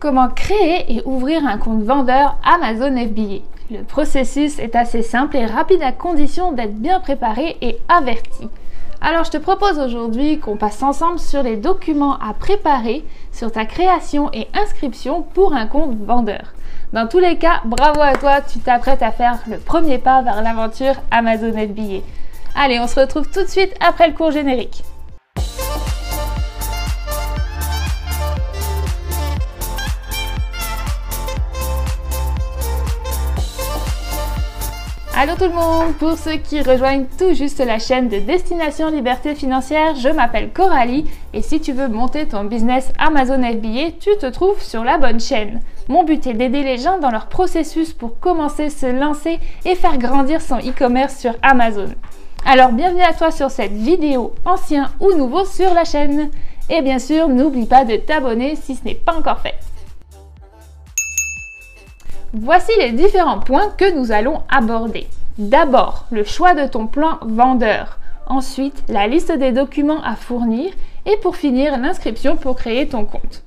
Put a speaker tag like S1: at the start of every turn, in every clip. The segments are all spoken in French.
S1: comment créer et ouvrir un compte vendeur Amazon FBA. Le processus est assez simple et rapide à condition d'être bien préparé et averti. Alors je te propose aujourd'hui qu'on passe ensemble sur les documents à préparer sur ta création et inscription pour un compte vendeur. Dans tous les cas, bravo à toi, tu t'apprêtes à faire le premier pas vers l'aventure Amazon FBA. Allez, on se retrouve tout de suite après le cours générique. Allô tout le monde! Pour ceux qui rejoignent tout juste la chaîne de Destination Liberté Financière, je m'appelle Coralie et si tu veux monter ton business Amazon FBA, tu te trouves sur la bonne chaîne. Mon but est d'aider les gens dans leur processus pour commencer, se lancer et faire grandir son e-commerce sur Amazon. Alors bienvenue à toi sur cette vidéo, ancien ou nouveau sur la chaîne. Et bien sûr, n'oublie pas de t'abonner si ce n'est pas encore fait. Voici les différents points que nous allons aborder. D'abord, le choix de ton plan vendeur. Ensuite, la liste des documents à fournir. Et pour finir, l'inscription pour créer ton compte.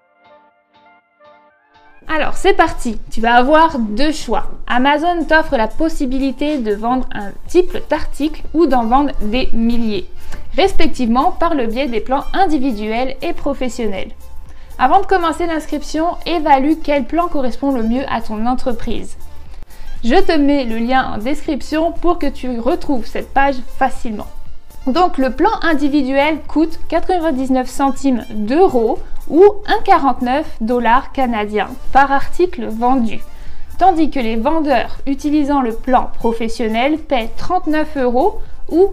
S1: Alors, c'est parti. Tu vas avoir deux choix. Amazon t'offre la possibilité de vendre un type d'article ou d'en vendre des milliers, respectivement par le biais des plans individuels et professionnels. Avant de commencer l'inscription, évalue quel plan correspond le mieux à ton entreprise. Je te mets le lien en description pour que tu retrouves cette page facilement. Donc le plan individuel coûte 99 centimes d'euros ou 1,49 $ canadiens par article vendu. Tandis que les vendeurs utilisant le plan professionnel paient 39 € ou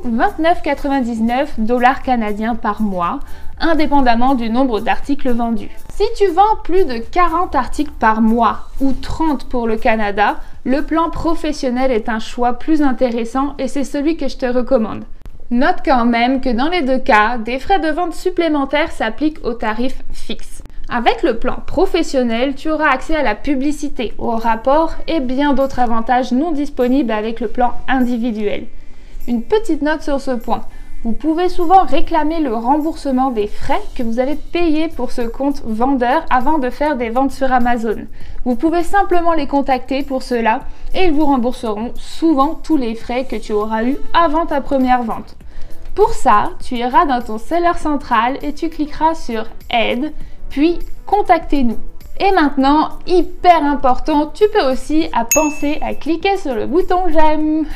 S1: 29,99 $ canadiens par mois, indépendamment du nombre d'articles vendus. Si tu vends plus de 40 articles par mois ou 30 pour le Canada, le plan professionnel est un choix plus intéressant et c'est celui que je te recommande. Note quand même que dans les deux cas, des frais de vente supplémentaires s'appliquent au tarif fixe. Avec le plan professionnel, tu auras accès à la publicité, au rapport et bien d'autres avantages non disponibles avec le plan individuel. Une petite note sur ce point. Vous pouvez souvent réclamer le remboursement des frais que vous avez payés pour ce compte vendeur avant de faire des ventes sur Amazon. Vous pouvez simplement les contacter pour cela et ils vous rembourseront souvent tous les frais que tu auras eu avant ta première vente. Pour ça, tu iras dans ton seller central et tu cliqueras sur Aide, puis Contactez-nous. Et maintenant, hyper important, tu peux aussi penser à cliquer sur le bouton J'aime.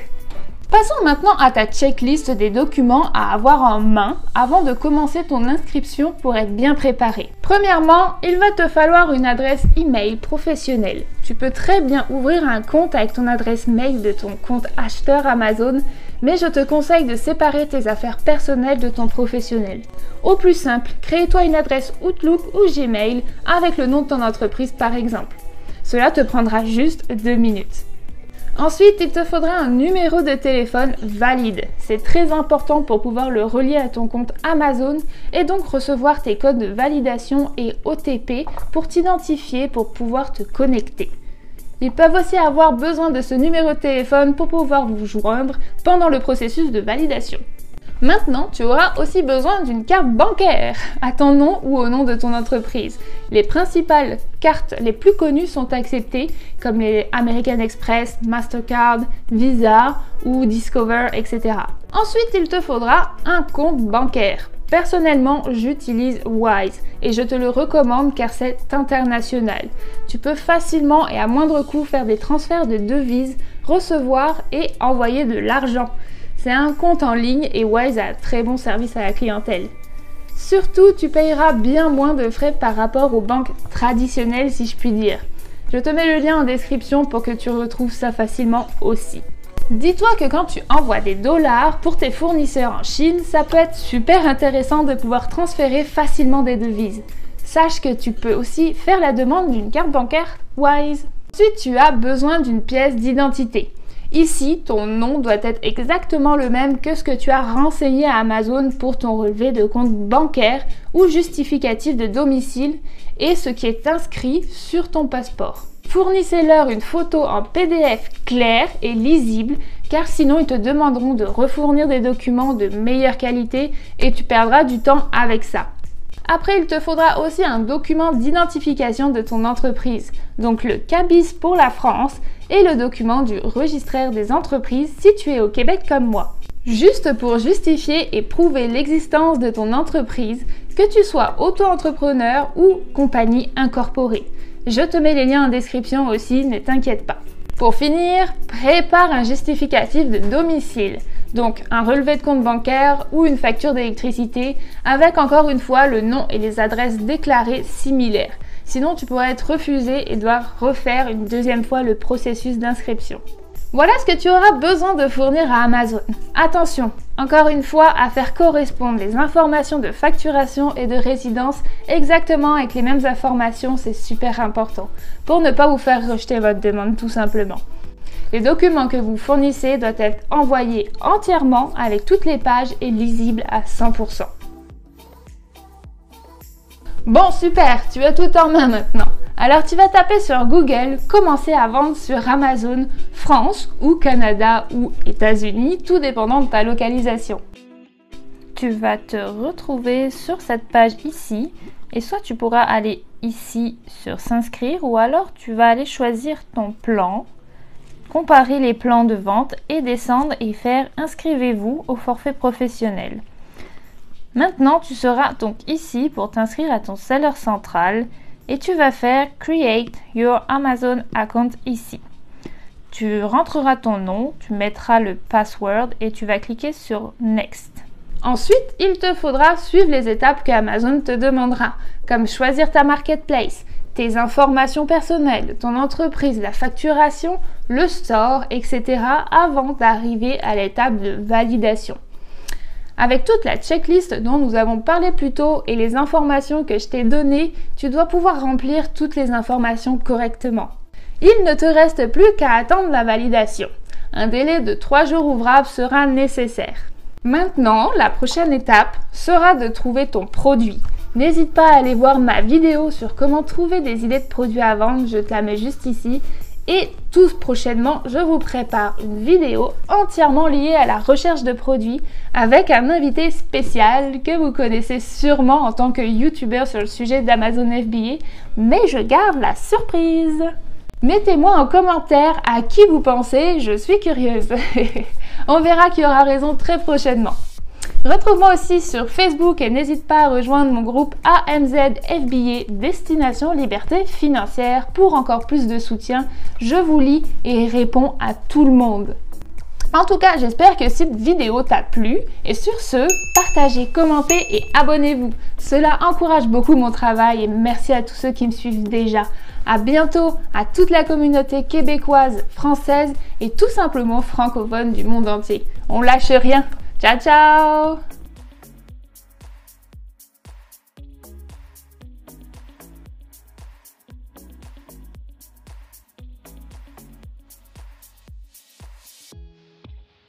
S1: Passons maintenant à ta checklist des documents à avoir en main avant de commencer ton inscription pour être bien préparé. Premièrement, il va te falloir une adresse email professionnelle. Tu peux très bien ouvrir un compte avec ton adresse mail de ton compte acheteur Amazon, mais je te conseille de séparer tes affaires personnelles de ton professionnel. Au plus simple, crée-toi une adresse Outlook ou Gmail avec le nom de ton entreprise par exemple. Cela te prendra juste 2 minutes. Ensuite, il te faudra un numéro de téléphone valide. C'est très important pour pouvoir le relier à ton compte Amazon et donc recevoir tes codes de validation et OTP pour t'identifier pour pouvoir te connecter. Ils peuvent aussi avoir besoin de ce numéro de téléphone pour pouvoir vous joindre pendant le processus de validation. Maintenant, tu auras aussi besoin d'une carte bancaire à ton nom ou au nom de ton entreprise. Les principales cartes les plus connues sont acceptées comme les American Express, Mastercard, Visa ou Discover, etc. Ensuite, il te faudra un compte bancaire. Personnellement, j'utilise Wise et je te le recommande car c'est international. Tu peux facilement et à moindre coût faire des transferts de devises, recevoir et envoyer de l'argent. C'est un compte en ligne et Wise a un très bon service à la clientèle. Surtout, tu payeras bien moins de frais par rapport aux banques traditionnelles si je puis dire. Je te mets le lien en description pour que tu retrouves ça facilement aussi. Dis-toi que quand tu envoies des dollars pour tes fournisseurs en Chine, ça peut être super intéressant de pouvoir transférer facilement des devises. Sache que tu peux aussi faire la demande d'une carte bancaire Wise. Ensuite, tu as besoin d'une pièce d'identité. Ici, ton nom doit être exactement le même que ce que tu as renseigné à Amazon pour ton relevé de compte bancaire ou justificatif de domicile et ce qui est inscrit sur ton passeport. Fournissez-leur une photo en PDF claire et lisible car sinon ils te demanderont de refournir des documents de meilleure qualité et tu perdras du temps avec ça. Après, il te faudra aussi un document d'identification de ton entreprise, donc le CABIS pour la France et le document du registraire des entreprises si tu es au Québec comme moi. Juste pour justifier et prouver l'existence de ton entreprise, que tu sois auto-entrepreneur ou compagnie incorporée. Je te mets les liens en description aussi, ne t'inquiète pas. Pour finir, prépare un justificatif de domicile, donc un relevé de compte bancaire ou une facture d'électricité avec encore une fois le nom et les adresses déclarées similaires. Sinon, tu pourrais être refusé et devoir refaire une deuxième fois le processus d'inscription. Voilà ce que tu auras besoin de fournir à Amazon. Attention, encore une fois, à faire correspondre les informations de facturation et de résidence exactement avec les mêmes informations, c'est super important, pour ne pas vous faire rejeter votre demande tout simplement. Les documents que vous fournissez doivent être envoyés entièrement avec toutes les pages et lisibles à 100%. Bon, super, tu as tout en main maintenant. Alors tu vas taper sur Google « Commencer à vendre sur Amazon France » ou Canada ou États-Unis, tout dépendant de ta localisation. Tu vas te retrouver sur cette page ici et soit tu pourras aller ici sur s'inscrire ou alors tu vas aller choisir ton plan, comparer les plans de vente et descendre et faire « Inscrivez-vous au forfait professionnel ». Maintenant, tu seras donc ici pour t'inscrire à ton seller central et tu vas faire Create your Amazon account ici. Tu rentreras ton nom, tu mettras le password et tu vas cliquer sur Next. Ensuite, il te faudra suivre les étapes que Amazon te demandera, comme choisir ta marketplace, tes informations personnelles, ton entreprise, la facturation, le store, etc. avant d'arriver à l'étape de validation. Avec toute la checklist dont nous avons parlé plus tôt et les informations que je t'ai données, tu dois pouvoir remplir toutes les informations correctement. Il ne te reste plus qu'à attendre la validation. Un délai de 3 jours ouvrables sera nécessaire. Maintenant, la prochaine étape sera de trouver ton produit. N'hésite pas à aller voir ma vidéo sur comment trouver des idées de produits à vendre, je te la mets juste ici. Et tout prochainement, je vous prépare une vidéo entièrement liée à la recherche de produits avec un invité spécial que vous connaissez sûrement en tant que youtubeur sur le sujet d'Amazon FBA, mais je garde la surprise. Mettez-moi en commentaire à qui vous pensez, je suis curieuse. On verra qui aura raison très prochainement. Retrouve-moi aussi sur Facebook et n'hésite pas à rejoindre mon groupe AMZ FBA Destination Liberté Financière pour encore plus de soutien. Je vous lis et réponds à tout le monde. En tout cas, j'espère que cette vidéo t'a plu et sur ce, partagez, commentez et abonnez-vous. Cela encourage beaucoup mon travail et merci à tous ceux qui me suivent déjà. À bientôt à toute la communauté québécoise, française et tout simplement francophone du monde entier. On lâche rien. Ciao, ciao!